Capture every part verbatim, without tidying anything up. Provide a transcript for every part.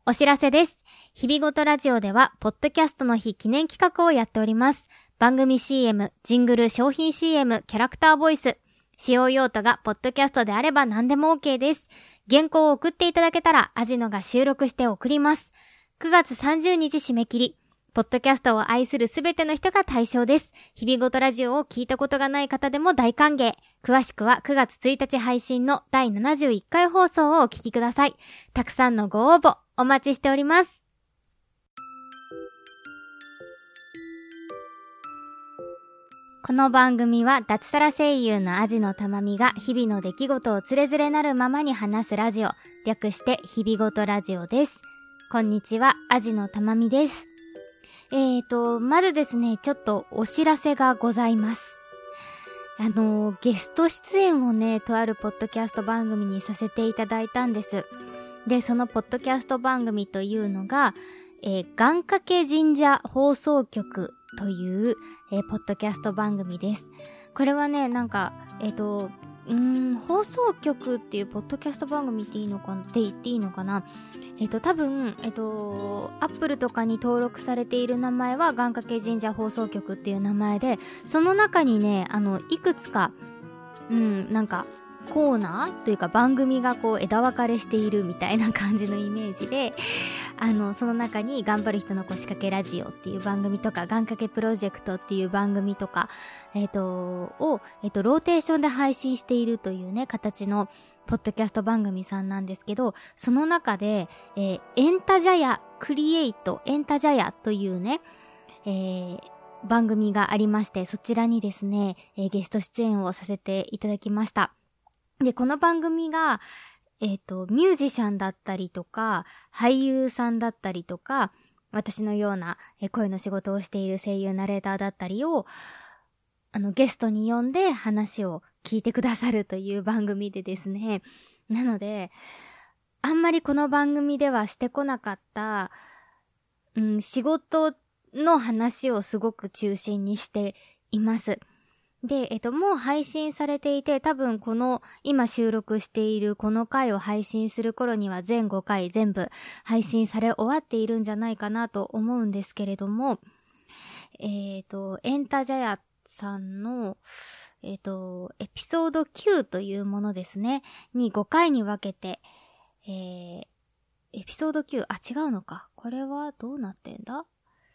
お知らせです。日々ごとラジオでは、ポッドキャストの日記念企画をやっております。番組 シーエム、ジングル、商品 シーエム、キャラクターボイス。使用用途がポッドキャストであれば何でも OK です。原稿を送っていただけたら、アジノが収録して送ります。くがつさんじゅうにち締め切り。ポッドキャストを愛するすべての人が対象です。日々ごとラジオを聞いたことがない方でも大歓迎。詳しくはくがつついたち配信のだいななじゅういっかい放送をお聞きください。たくさんのご応募お待ちしております。この番組は脱サラ声優のアジノタマミが日々の出来事をつれづれなるままに話すラジオ、略して日々ごとラジオです。こんにちは、アジノタマミです。えーと、まずですね、ちょっとお知らせがございます。あの、ゲスト出演をね、とあるポッドキャスト番組にさせていただいたんです。で、そのポッドキャスト番組というのが、えー、願掛け神社放送局という、えー、ポッドキャスト番組です。これはね、なんか、えっと、うーん、放送局っていうポッドキャスト番組っていいのかって言っていいのかな。えっと、多分、えっと、アップルとかに登録されている名前は願掛け神社放送局っていう名前で、その中にね、あの、いくつか、うん、なんか、コーナーというか番組がこう枝分かれしているみたいな感じのイメージで、あの、その中に頑張る人の腰掛けラジオっていう番組とか、願掛けプロジェクトっていう番組とか、えっと、を、えっと、ローテーションで配信しているというね、形のポッドキャスト番組さんなんですけど、その中で、えー、エンタジャヤクリエイト、エンタジャヤというね、えー、番組がありまして、そちらにですね、えー、ゲスト出演をさせていただきました。で、この番組が、えっと、ミュージシャンだったりとか、俳優さんだったりとか、私のような声の仕事をしている声優ナレーターだったりを、あの、ゲストに呼んで話を聞いてくださるという番組でですね。なので、あんまりこの番組ではしてこなかった、うん、仕事の話をすごく中心にしています。で、えっと、もう配信されていて、多分この、今収録しているこの回を配信する頃には全ごかい全部配信され終わっているんじゃないかなと思うんですけれども、えっと、エンタジャヤさんの、えっと、エピソードきゅうというものですね、にごかいに分けて、えー、エピソードきゅう、あ、違うのか。これはどうなってんだ？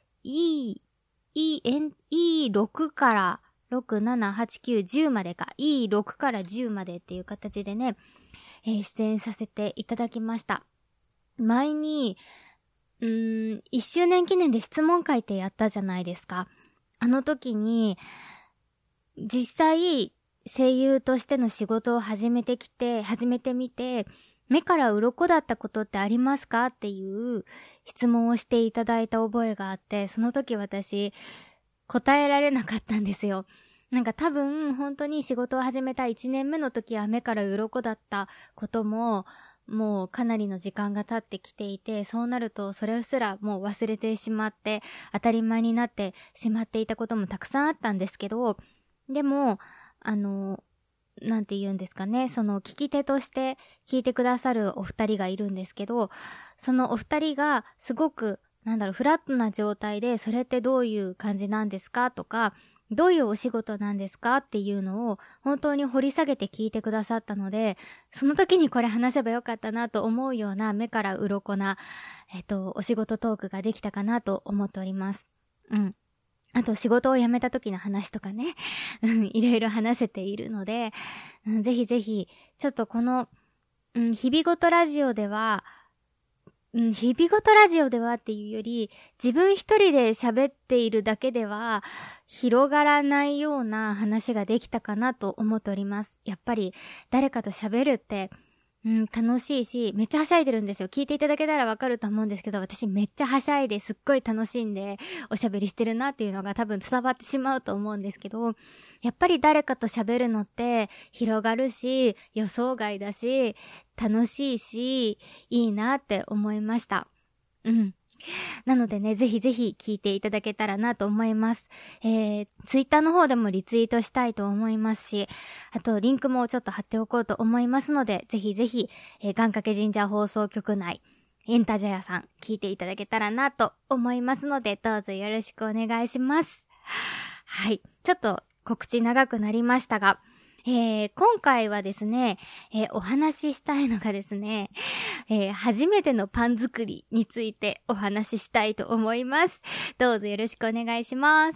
E、E、イーろく から、ろく、なな、はち、きゅう、じゅうまでか。イーろく からじゅうまでっていう形でね、えー、出演させていただきました。前に、うーん、いっしゅうねん記念で質問会ってやったじゃないですか。あの時に、実際、声優としての仕事を始めてきて、始めてみて、目から鱗だったことってありますかっていう質問をしていただいた覚えがあって、その時私、答えられなかったんですよ。なんか多分本当に仕事を始めたいちねんめの時は目から鱗だったことももうかなりの時間が経ってきていて、そうなるとそれすらもう忘れてしまって当たり前になってしまっていたこともたくさんあったんですけど、でもあのなんて言うんですかね、その聞き手として聞いてくださるお二人がいるんですけど、そのお二人がすごくなんだろう、フラットな状態で、それってどういう感じなんですかとか、どういうお仕事なんですかっていうのを本当に掘り下げて聞いてくださったので、その時にこれ話せばよかったなと思うような目から鱗な、えっと、お仕事トークができたかなと思っております。うん。あと仕事を辞めた時の話とかね、うん、いろいろ話せているので、うん、ぜひぜひ、ちょっとこの、うん、日々ごとラジオでは、うん、日々ごとラジオではっていうより、自分一人で喋っているだけでは広がらないような話ができたかなと思っております。やっぱり誰かと喋るって、うん、楽しいし、めっちゃはしゃいでるんですよ。聞いていただけたらわかると思うんですけど、私めっちゃはしゃいですっごい楽しんでおしゃべりしてるなっていうのが多分伝わってしまうと思うんですけど、やっぱり誰かと喋るのって広がるし、予想外だし、楽しいし、いいなって思いました。うん。なのでね、ぜひぜひ聞いていただけたらなと思います。えー、ツイッターの方でもリツイートしたいと思いますし、あとリンクもちょっと貼っておこうと思いますので、ぜひぜひ、えー、願掛け神社放送局内、 エンタジャヤさん聞いていただけたらなと思いますので、どうぞよろしくお願いします。はい。ちょっと告知長くなりましたが、えー、今回はですね、えー、お話ししたいのがですね、えー、初めてのパン作りについてお話ししたいと思います。どうぞよろしくお願いします。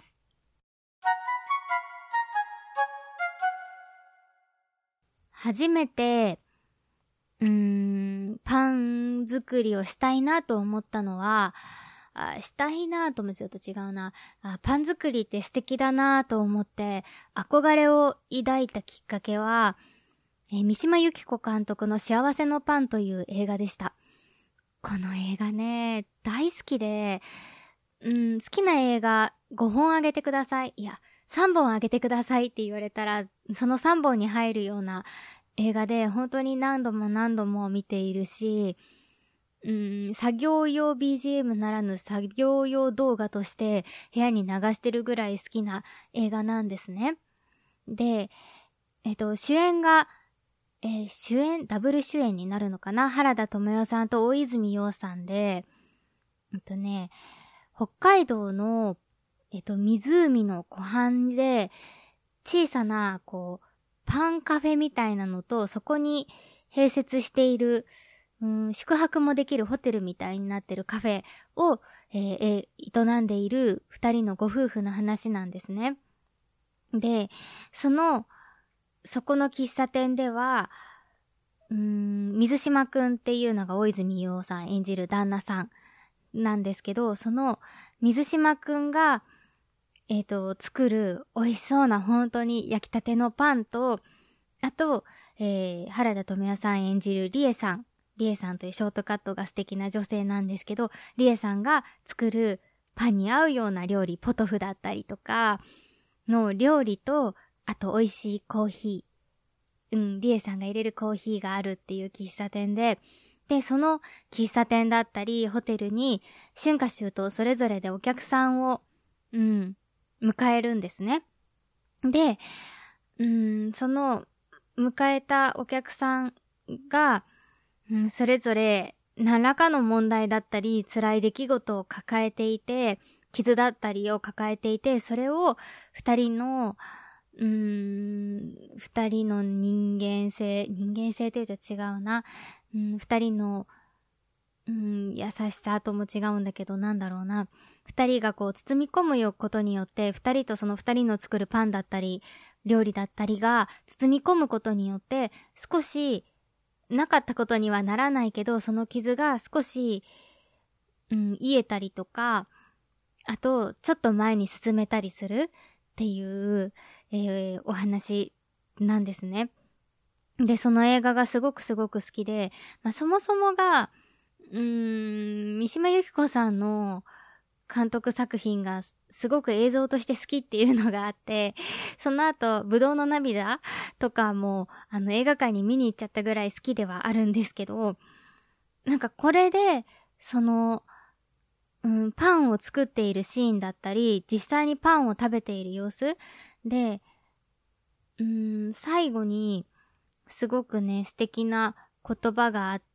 初めて、うーん、パン作りをしたいなと思ったのは、あしたいなともちょっと違うなあ。パン作りって素敵だなと思って憧れを抱いたきっかけは、えー、三島由紀子監督の幸せのパンという映画でした。この映画ね、大好きで、うん、好きな映画ごほんあげてください。いや、さんぼんあげてくださいって言われたら、そのさんぼんに入るような映画で本当に何度も何度も見ているし、うん、作業用 ビージーエム ならぬ作業用動画として部屋に流してるぐらい好きな映画なんですね。で、えっと、主演が、えー、主演、ダブル主演になるのかな、原田知世さんと大泉洋さんで、えっとね、北海道の、えっと、湖の湖畔で、小さな、こう、パンカフェみたいなのと、そこに併設している、うん、宿泊もできるホテルみたいになってるカフェを、えーえー、営んでいる二人のご夫婦の話なんですね。で、その、そこの喫茶店では、うーん、水島くんっていうのが大泉洋さん演じる旦那さんなんですけど、その水島くんが、えっと、作る美味しそうな本当に焼きたてのパンと、あと、えー、原田知世さん演じるリエさん、リエさんというショートカットが素敵な女性なんですけど、リエさんが作るパンに合うような料理、ポトフだったりとかの料理と、あと美味しいコーヒー、うん、リエさんが入れるコーヒーがあるっていう喫茶店で、で、その喫茶店だったりホテルに春夏秋冬それぞれでお客さんを、うん、迎えるんですね。で、うん、その迎えたお客さんが、うん、それぞれ何らかの問題だったり辛い出来事を抱えていて、傷だったりを抱えていて、それを二人のうーん二人の人間性人間性というと違うな、うん、二人のうん優しさとも違うんだけど、なんだろうな、二人がこう包み込むよことによって、二人とその二人の作るパンだったり料理だったりが包み込むことによって、少しなかったことにはならないけど、その傷が少し、うん、癒えたりとか、あとちょっと前に進めたりするっていう、えー、お話なんですね。で、その映画がすごくすごく好きで、まあ、そもそもがうーん三島由紀子さんの監督作品がすごく映像として好きっていうのがあって、その後ぶどうの涙とかもあの映画館に見に行っちゃったぐらい好きではあるんですけど、なんかこれでその、うん、パンを作っているシーンだったり、実際にパンを食べている様子で、うん、最後にすごくね素敵な言葉があって、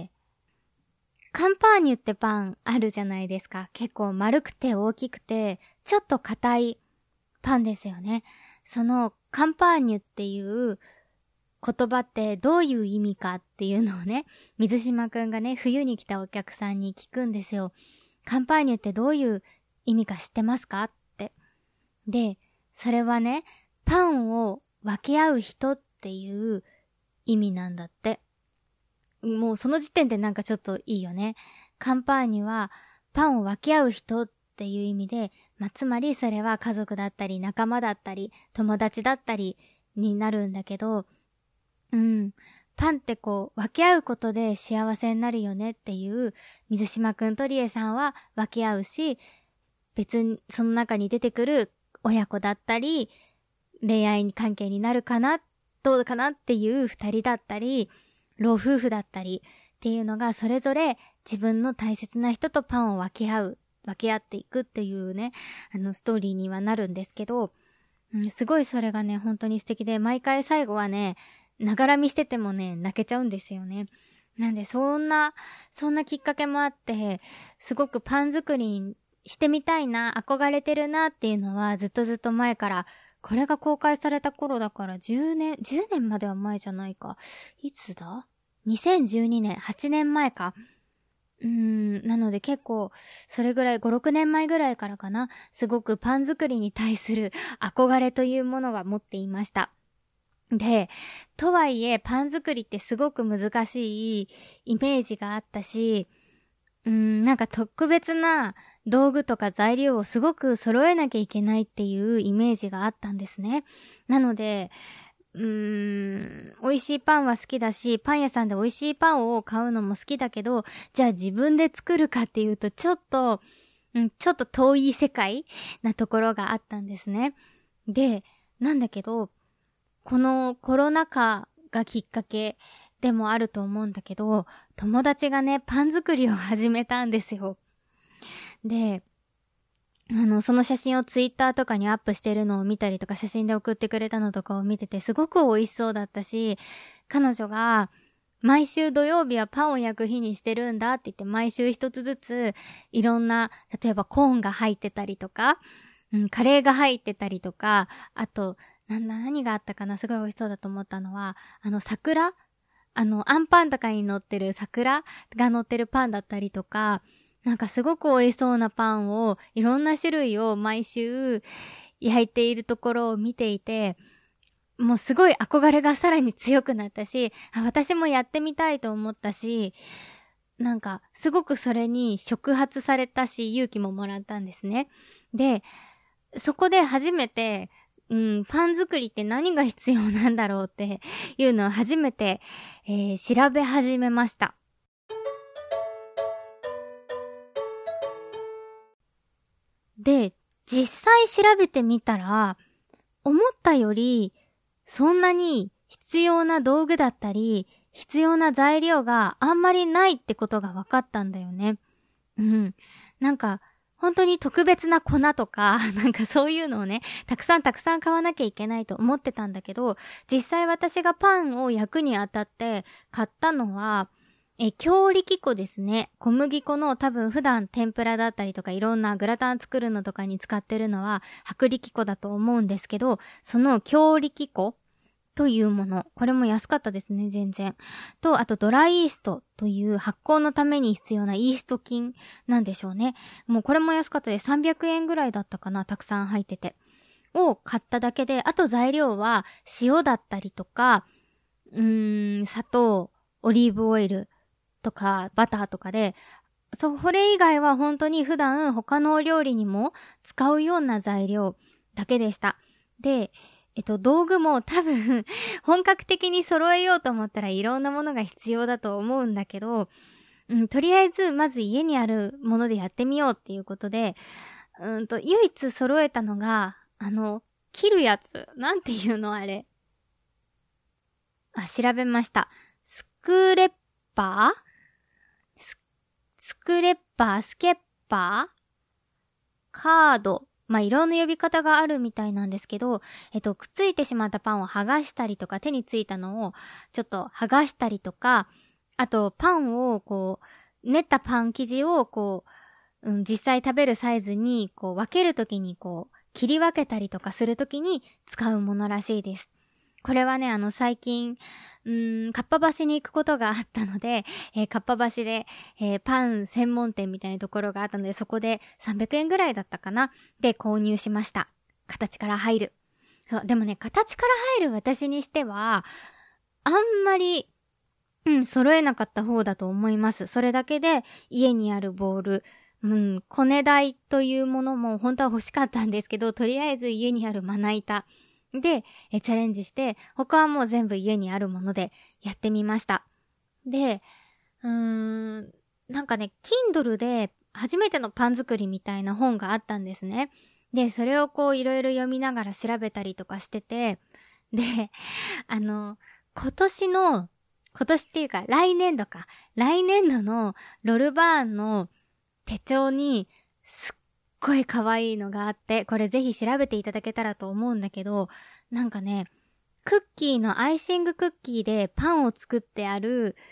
カンパーニュってパンあるじゃないですか。結構丸くて大きくてちょっと硬いパンですよね。そのカンパーニュっていう言葉ってどういう意味かっていうのをね、水島くんがね冬に来たお客さんに聞くんですよ。カンパーニュってどういう意味か知ってますかって。で、それはね、パンを分け合う人っていう意味なんだって。もうその時点でなんかちょっといいよね。カンパーニュはパンを分け合う人っていう意味で、まあ、つまりそれは家族だったり仲間だったり友達だったりになるんだけど、うん、パンってこう分け合うことで幸せになるよねっていう水島くんとリエさんは分け合うし、別にその中に出てくる親子だったり恋愛関係になるかなどうかなっていう二人だったり老夫婦だったりっていうのがそれぞれ自分の大切な人とパンを分け合う分け合っていくっていうね、あのストーリーにはなるんですけど、うん、すごいそれがね本当に素敵で、毎回最後はねながら見しててもね泣けちゃうんですよね。 なんでそんな、そんなきっかけもあって、すごくパン作りしてみたいな、憧れてるなっていうのはずっとずっと前から、これが公開された頃だからじゅうねん、じゅうねんまでは前じゃないか。いつだ ?にせんじゅうにねん、はちねんまえか。うーん、なので結構、それぐらい、ご、ろくねんまえぐらいからかな、すごくパン作りに対する憧れというものは持っていました。で、とはいえ、パン作りってすごく難しいイメージがあったし、うーん、なんか特別な道具とか材料をすごく揃えなきゃいけないっていうイメージがあったんですね。なので、うーん、美味しいパンは好きだし、パン屋さんで美味しいパンを買うのも好きだけど、じゃあ自分で作るかっていうと、ちょっと、うん、ちょっと遠い世界なところがあったんですね。で、なんだけど、このコロナ禍がきっかけでもあると思うんだけど、友達がね、パン作りを始めたんですよ。で、あの、その写真をツイッターとかにアップしてるのを見たりとか、写真で送ってくれたのとかを見てて、すごく美味しそうだったし、彼女が、毎週土曜日はパンを焼く日にしてるんだって言って、毎週一つずつ、いろんな、例えばコーンが入ってたりとか、うん、カレーが入ってたりとか、あと、な、何があったかな、すごい美味しそうだと思ったのは、あの、桜あの、アンパンとかに乗ってる桜が乗ってるパンだったりとか、なんかすごく美味しそうなパンを、いろんな種類を毎週焼いているところを見ていて、もうすごい憧れがさらに強くなったし、あ、私もやってみたいと思ったし、なんかすごくそれに触発されたし、勇気ももらったんですね。で、そこで初めて、うん、パン作りって何が必要なんだろうっていうのを初めて、えー、調べ始めました。で、実際調べてみたら、思ったより、そんなに必要な道具だったり、必要な材料があんまりないってことが分かったんだよね。うん。なんか、本当に特別な粉とか、なんかそういうのをね、たくさんたくさん買わなきゃいけないと思ってたんだけど、実際私がパンを焼くにあたって買ったのは、え、強力粉ですね。小麦粉の多分普段天ぷらだったりとかいろんなグラタン作るのとかに使ってるのは薄力粉だと思うんですけど、その強力粉というもの。これも安かったですね、全然。と、あとドライイーストという発酵のために必要なイースト菌なんでしょうね。もうこれも安かったです。さんびゃくえんぐらいだったかな、たくさん入ってて。を買っただけで、あと材料は塩だったりとか、うーん、砂糖、オリーブオイルとかバターとかで、それ以外は本当に普段他のお料理にも使うような材料だけでした。で、えっと、道具も多分、本格的に揃えようと思ったらいろんなものが必要だと思うんだけど、うん、とりあえず、まず家にあるものでやってみようっていうことで、うんと、唯一揃えたのが、あの、切るやつ。なんていうのあれ。あ、調べました。スクレッパース、スクレッパー、スケッパーカード。まあ、いろんな呼び方があるみたいなんですけど、えっと、くっついてしまったパンを剥がしたりとか、手についたのをちょっと剥がしたりとか、あと、パンをこう、練ったパン生地をこう、うん、実際食べるサイズにこう分けるときにこう、切り分けたりとかするときに使うものらしいです。これはね、あの最近、うーん、かっぱ橋に行くことがあったので、えー、かっぱ橋で、えー、パン専門店みたいなところがあったので、そこでさんびゃくえんぐらいだったかなで購入しました。形から入る。そう、でもね、形から入る私にしては、あんまり、うん、揃えなかった方だと思います。それだけで家にあるボール、うん、コネ台というものも本当は欲しかったんですけど、とりあえず家にあるまな板でえチャレンジして、他はもう全部家にあるものでやってみました。で、うーん、なんかね、Kindle で初めてのパン作りみたいな本があったんですね。で、それをこういろいろ読みながら調べたりとかしてて、で、あの、今年の、今年っていうか来年度か、来年度のロルバーンの手帳にすっごい可愛いのがあって、これぜひ調べていただけたらと思うんだけど、なんかね、クッキーのアイシングクッキーでパンを作ってある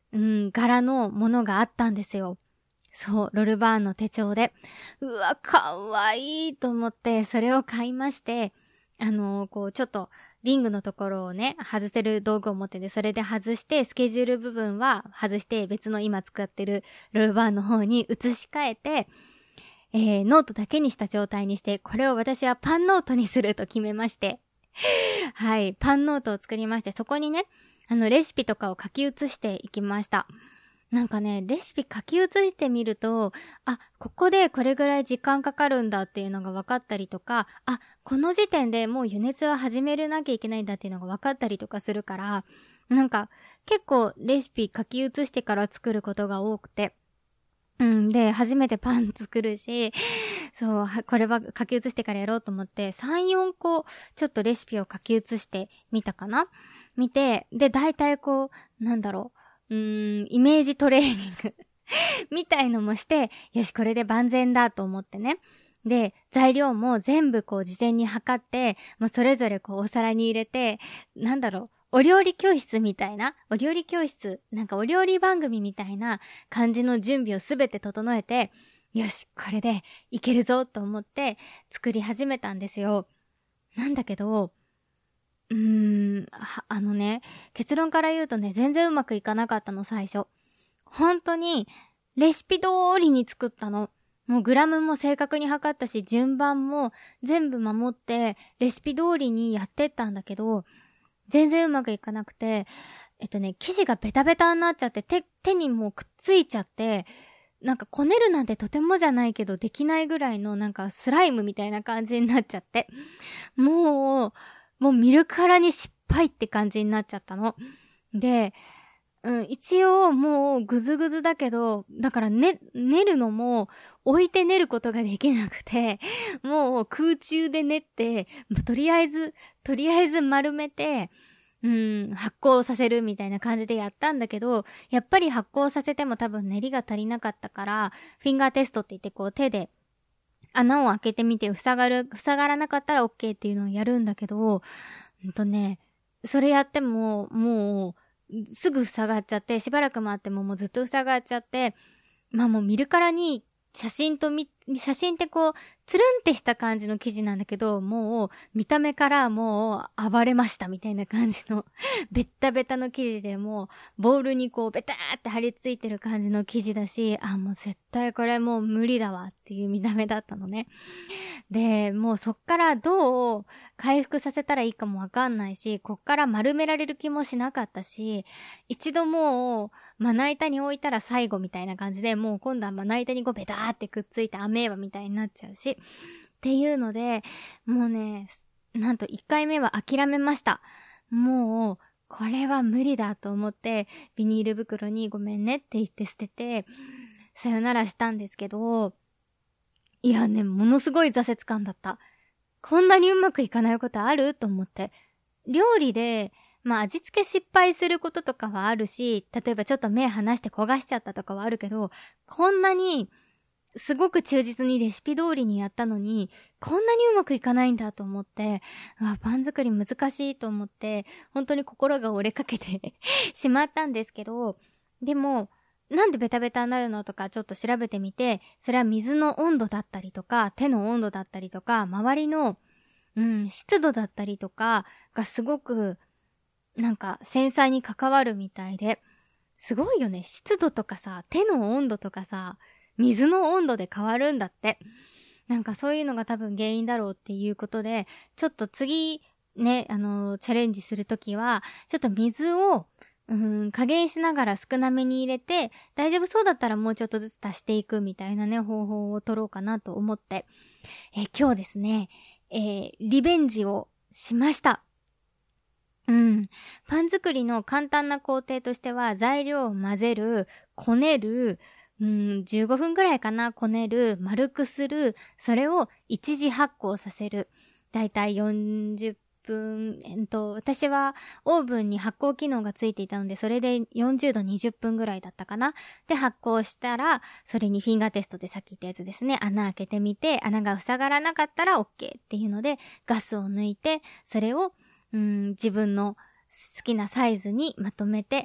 うん、柄のものがあったんですよ。そう、ロルバーンの手帳で。うわ、かわいいと思って、それを買いまして、あのー、こう、ちょっと、リングのところをね、外せる道具を持ってて、それで外して、スケジュール部分は外して、別の今使ってるロルバーンの方に移し替えて、えー、ノートだけにした状態にして、これを私はパンノートにすると決めまして、はい、パンノートを作りまして、そこにね、あの、レシピとかを書き写していきました。なんかね、レシピ書き写してみると、あ、ここでこれぐらい時間かかるんだっていうのが分かったりとか、あ、この時点でもう余熱は始めなきゃいけないんだっていうのが分かったりとかするから、なんか結構レシピ書き写してから作ることが多くて、うん、で、初めてパン作るし、そう、これは書き写してからやろうと思って、さん、よんこちょっとレシピを書き写してみたかな見て、で、大体こう、なんだろう、うーん、イメージトレーニングみたいのもして、よし、これで万全だと思ってね。で、材料も全部こう事前に測って、もうそれぞれこうお皿に入れて、なんだろう、お料理教室みたいな、お料理教室、なんかお料理番組みたいな感じの準備をすべて整えて、よし、これでいけるぞと思って作り始めたんですよ。なんだけど、うーん、あのね、結論から言うとね、全然うまくいかなかったの、最初。本当に、レシピ通りに作ったの。もうグラムも正確に測ったし、順番も全部守って、レシピ通りにやってったんだけど、全然うまくいかなくて、えっとね、生地がベタベタになっちゃって、手、手にもうくっついちゃって、なんかこねるなんてとてもじゃないけどできないぐらいのなんかスライムみたいな感じになっちゃって。もう、もう見るからに失敗って感じになっちゃったの。で、うん、一応もうぐずぐずだけど、だからね、練るのも置いて練ることができなくて、もう空中で練って、とりあえず、とりあえず丸めて、うん、発酵させるみたいな感じでやったんだけど、やっぱり発酵させても多分練りが足りなかったから、フィンガーテストって言ってこう手で穴を開けてみて塞がる、塞がらなかったら OK っていうのをやるんだけど、ほんとね、それやってももうすぐ塞がっちゃって、しばらく待ってももうずっと塞がっちゃって、まあもう見るからに写真とみ、写真ってこう、つるんってした感じの生地なんだけど、もう見た目からもう暴れましたみたいな感じのベッタベタの生地で、もうボールにこうベターって張り付いてる感じの生地だし、あ、もう絶対これもう無理だわっていう見た目だったのね。で、もうそっからどう回復させたらいいかもわかんないし、こっから丸められる気もしなかったし、一度もうまな板に置いたら最後みたいな感じで、もう今度はまな板にこうベターってくっついてアメーバみたいになっちゃうし、っていうので、もうね、なんといっかいめは諦めました。もう、これは無理だと思って、ビニール袋にごめんねって言って捨てて、さよならしたんですけど、いやね、ものすごい挫折感だった。こんなにうまくいかないことあると思って。料理で、まあ味付け失敗することとかはあるし、例えばちょっと目離して焦がしちゃったとかはあるけど、こんなに、すごく忠実にレシピ通りにやったのに、こんなにうまくいかないんだと思って、うわ、パン作り難しいと思って、本当に心が折れかけてしまったんですけど、でも、なんでベタベタになるのとかちょっと調べてみて、それは水の温度だったりとか、手の温度だったりとか、周りの、うん、湿度だったりとかがすごく、なんか繊細に関わるみたいで、すごいよね。湿度とかさ、手の温度とかさ、水の温度で変わるんだって。なんかそういうのが多分原因だろうっていうことで、ちょっと次ね、あのー、チャレンジするときは、ちょっと水を、うーん、加減しながら少なめに入れて、大丈夫そうだったらもうちょっとずつ足していくみたいなね、方法を取ろうかなと思って、えー、今日ですね、えー、リベンジをしました。うん。パン作りの簡単な工程としては、材料を混ぜる、こねる、うん、じゅうごふんぐらいかな、こねる、丸くする、それを一次発酵させる。だいたいよんじゅっぷん、えっと、私はオーブンに発酵機能がついていたので、それでよんじゅうどにじゅっぷんぐらいだったかな。で、発酵したら、それにフィンガーテストでさっき言ったやつですね、穴開けてみて、穴が塞がらなかったら OK っていうので、ガスを抜いて、それを、うん、自分の好きなサイズにまとめて、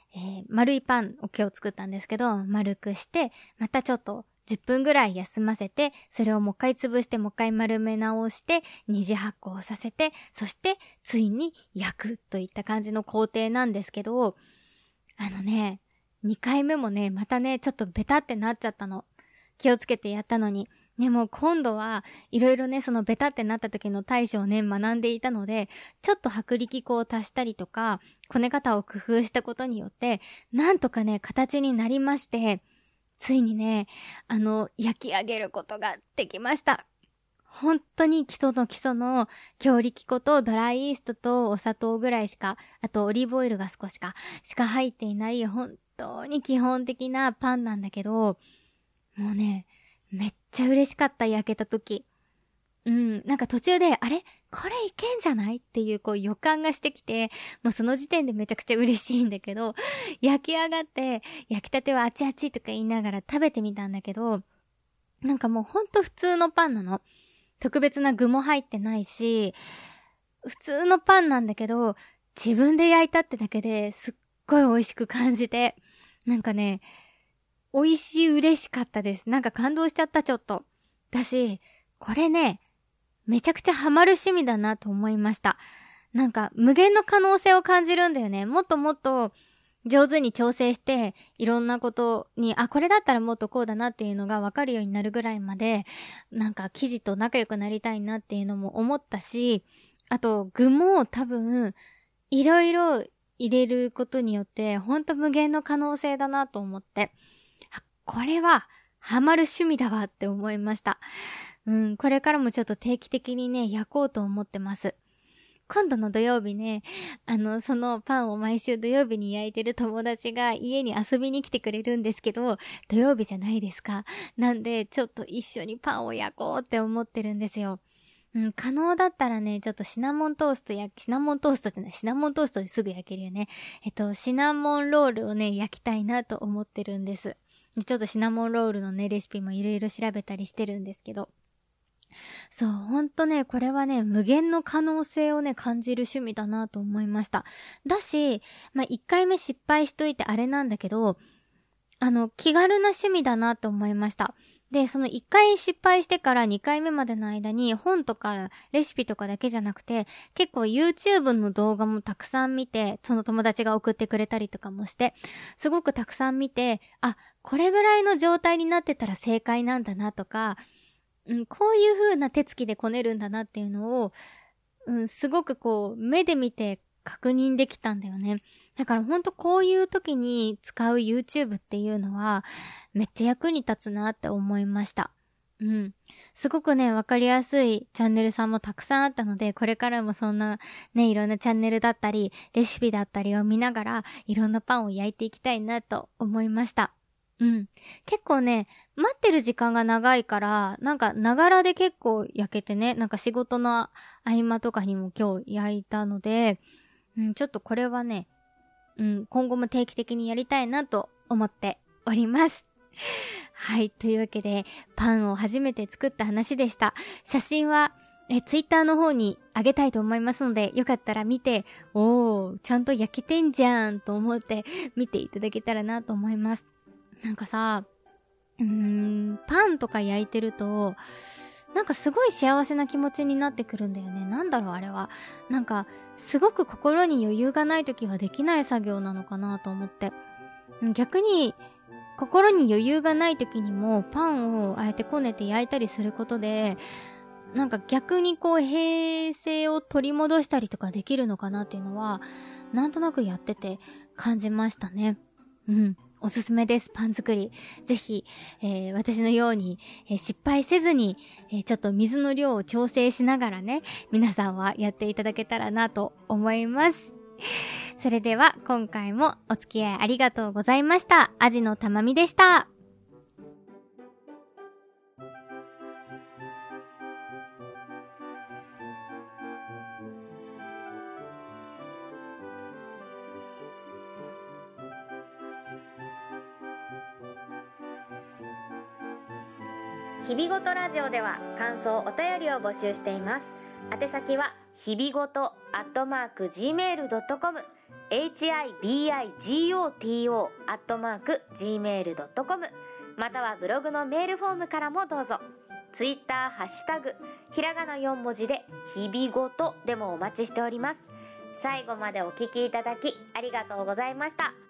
えー、丸いパンを今日作ったんですけど、丸くして、またちょっとじゅっぷんぐらい休ませて、それをもう一回潰してもう一回丸め直して、二次発酵させて、そしてついに焼くといった感じの工程なんですけど、あのね、にかいめもね、またね、ちょっとベタってなっちゃったの。気をつけてやったのに。でも今度はいろいろね、そのベタってなった時の対処をね、学んでいたので、ちょっと薄力粉を足したりとか、こね方を工夫したことによって、なんとかね、形になりまして、ついにね、あの、焼き上げることができました。本当に基礎の基礎の強力粉とドライイーストとお砂糖ぐらいしか、あとオリーブオイルが少しか、しか入っていない本当に基本的なパンなんだけど、もうね、めっちゃ嬉しかった、焼けた時。うん、なんか途中で、あれこれいけんじゃないっていうこう予感がしてきて、もうその時点でめちゃくちゃ嬉しいんだけど、焼き上がって、焼きたてはあちあちとか言いながら食べてみたんだけど、なんかもうほんと普通のパンなの。特別な具も入ってないし、普通のパンなんだけど、自分で焼いたってだけですっごい美味しく感じて、なんかね、美味しい、嬉しかったです。なんか感動しちゃった、ちょっと。だし、これね、めちゃくちゃハマる趣味だなと思いました。なんか無限の可能性を感じるんだよね。もっともっと上手に調整して、いろんなことに、あ、これだったらもっとこうだなっていうのが分かるようになるぐらいまで、なんか生地と仲良くなりたいなっていうのも思ったし、あと具も多分、いろいろ入れることによって、ほんと無限の可能性だなと思って、これはハマる趣味だわって思いました。うん、これからもちょっと定期的にね、焼こうと思ってます。今度の土曜日ね、あの、そのパンを毎週土曜日に焼いてる友達が家に遊びに来てくれるんですけど、土曜日じゃないですか。なんで、ちょっと一緒にパンを焼こうって思ってるんですよ。うん、可能だったらね、ちょっとシナモントースト焼き、シナモントーストってね、シナモントーストですぐ焼けるよね。えっと、シナモンロールをね、焼きたいなと思ってるんです。ちょっとシナモンロールのね、レシピもいろいろ調べたりしてるんですけど。そう、ほんとね、これはね、無限の可能性をね、感じる趣味だなと思いました。だし、まあ、いっかいめ失敗しといてあれなんだけど、あの、気軽な趣味だなと思いました。で、そのいっかい失敗してからにかいめまでの間に本とかレシピとかだけじゃなくて、結構 YouTube の動画もたくさん見て、その友達が送ってくれたりとかもして、すごくたくさん見て、あ、これぐらいの状態になってたら正解なんだなとか、うん、こういう風な手つきでこねるんだなっていうのを、うん、すごくこう、目で見て確認できたんだよね。だからほんとこういう時に使う YouTube っていうのは、めっちゃ役に立つなって思いました。うん。すごくね、わかりやすいチャンネルさんもたくさんあったので、これからもそんなね、いろんなチャンネルだったり、レシピだったりを見ながら、いろんなパンを焼いていきたいなと思いました。うん。結構ね、待ってる時間が長いから、なんか、ながらで結構焼けてね、なんか仕事の合間とかにも今日焼いたので、うん、ちょっとこれはね、うん、今後も定期的にやりたいなと思っております。はい、というわけで、パンを初めて作った話でした。写真は、え、ツイッターの方にあげたいと思いますので、よかったら見て、おー、ちゃんと焼けてんじゃんと思って見ていただけたらなと思います。なんかさ、うーん、パンとか焼いてると、なんかすごい幸せな気持ちになってくるんだよね。なんだろうあれは。なんか、すごく心に余裕がない時はできない作業なのかなと思って。逆に、心に余裕がない時にもパンをあえてこねて焼いたりすることで、なんか逆にこう平静を取り戻したりとかできるのかなっていうのは、なんとなくやってて感じましたね。うん。おすすめです。パン作り。ぜひ、えー、私のように、えー、失敗せずに、えー、ちょっと水の量を調整しながらね、皆さんはやっていただけたらなと思います。それでは今回もお付き合いありがとうございました。アジのたまみでした。日々ごとラジオでは感想お便りを募集しています。宛先は日々ごとアットマーク ジーメールドットコムエイチアイビーアイジーオーティーオー アットマーク ジーメールドットコム またはブログのメールフォームからもどうぞ。ツイッターハッシュタグひらがなよん文字で日々ごとでもお待ちしております。最後までお聞きいただきありがとうございました。